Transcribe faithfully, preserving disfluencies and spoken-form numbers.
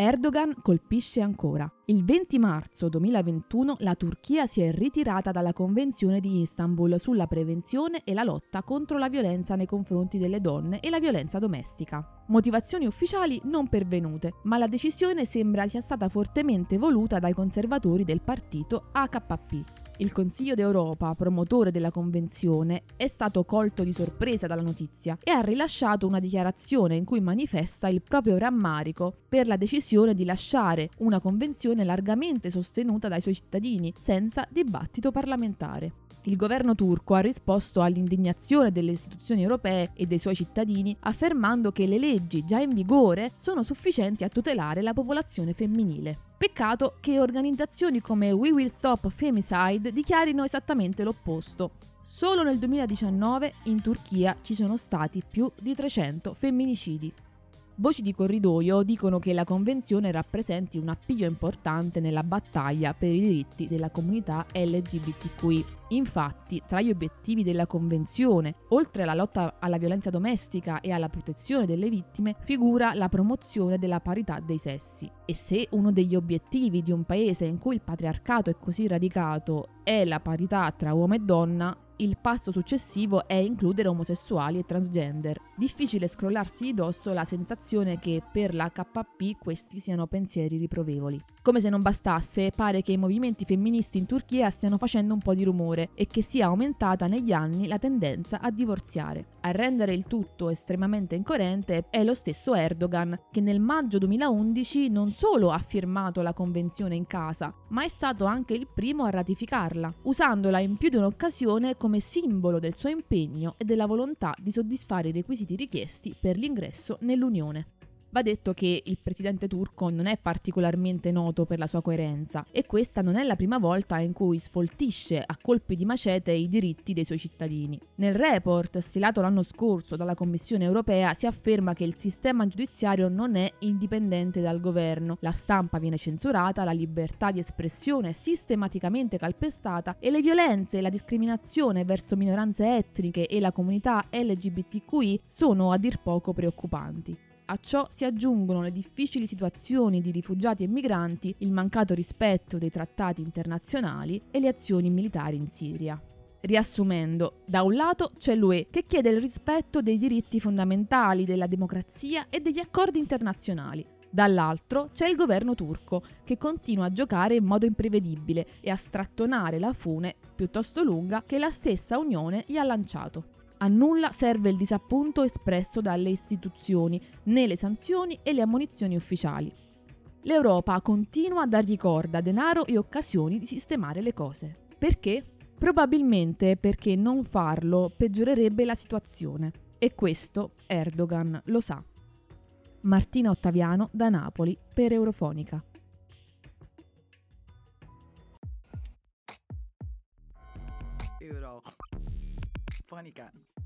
Erdogan colpisce ancora. Il venti marzo duemilaventuno la Turchia si è ritirata dalla Convenzione di Istanbul sulla prevenzione e la lotta contro la violenza nei confronti delle donne e la violenza domestica. Motivazioni ufficiali non pervenute, ma la decisione sembra sia stata fortemente voluta dai conservatori del partito A K P. Il Consiglio d'Europa, promotore della convenzione, è stato colto di sorpresa dalla notizia e ha rilasciato una dichiarazione in cui manifesta il proprio rammarico per la decisione di lasciare una convenzione largamente sostenuta dai suoi cittadini, senza dibattito parlamentare. Il governo turco ha risposto all'indignazione delle istituzioni europee e dei suoi cittadini, affermando che le leggi già in vigore sono sufficienti a tutelare la popolazione femminile. Peccato che organizzazioni come We Will Stop Femicide dichiarino esattamente l'opposto. Solo nel duemiladiciannove in Turchia ci sono stati più di trecento femminicidi. Voci di corridoio dicono che la convenzione rappresenti un appiglio importante nella battaglia per i diritti della comunità L G B T Q I. Infatti, tra gli obiettivi della convenzione, oltre alla lotta alla violenza domestica e alla protezione delle vittime, figura la promozione della parità dei sessi. E se uno degli obiettivi di un paese in cui il patriarcato è così radicato è la parità tra uomo e donna, il passo successivo è includere omosessuali e transgender. Difficile scrollarsi di dosso la sensazione che per l'H K P questi siano pensieri riprovevoli. Come se non bastasse, pare che i movimenti femministi in Turchia stiano facendo un po' di rumore e che sia aumentata negli anni la tendenza a divorziare. A rendere il tutto estremamente incoerente è lo stesso Erdogan, che nel maggio duemilaundici non solo ha firmato la convenzione in casa, ma è stato anche il primo a ratificarla, usandola in più di un'occasione come simbolo del suo impegno e della volontà di soddisfare i requisiti richiesti per l'ingresso nell'Unione. Va detto che il presidente turco non è particolarmente noto per la sua coerenza e questa non è la prima volta in cui sfoltisce a colpi di macete i diritti dei suoi cittadini. Nel report stilato l'anno scorso dalla Commissione europea si afferma che il sistema giudiziario non è indipendente dal governo, la stampa viene censurata, la libertà di espressione è sistematicamente calpestata e le violenze e la discriminazione verso minoranze etniche e la comunità L G B T Q I sono a dir poco preoccupanti. A ciò si aggiungono le difficili situazioni di rifugiati e migranti, il mancato rispetto dei trattati internazionali e le azioni militari in Siria. Riassumendo, da un lato c'è l'U E che chiede il rispetto dei diritti fondamentali, della democrazia e degli accordi internazionali. Dall'altro c'è il governo turco che continua a giocare in modo imprevedibile e a strattonare la fune piuttosto lunga che la stessa Unione gli ha lanciato. A nulla serve il disappunto espresso dalle istituzioni, né le sanzioni e le ammonizioni ufficiali. L'Europa continua a dargli corda, denaro e occasioni di sistemare le cose. Perché? Probabilmente perché non farlo peggiorerebbe la situazione. E questo Erdogan lo sa. Martina Ottaviano da Napoli per Eurofonica. Eurofonica.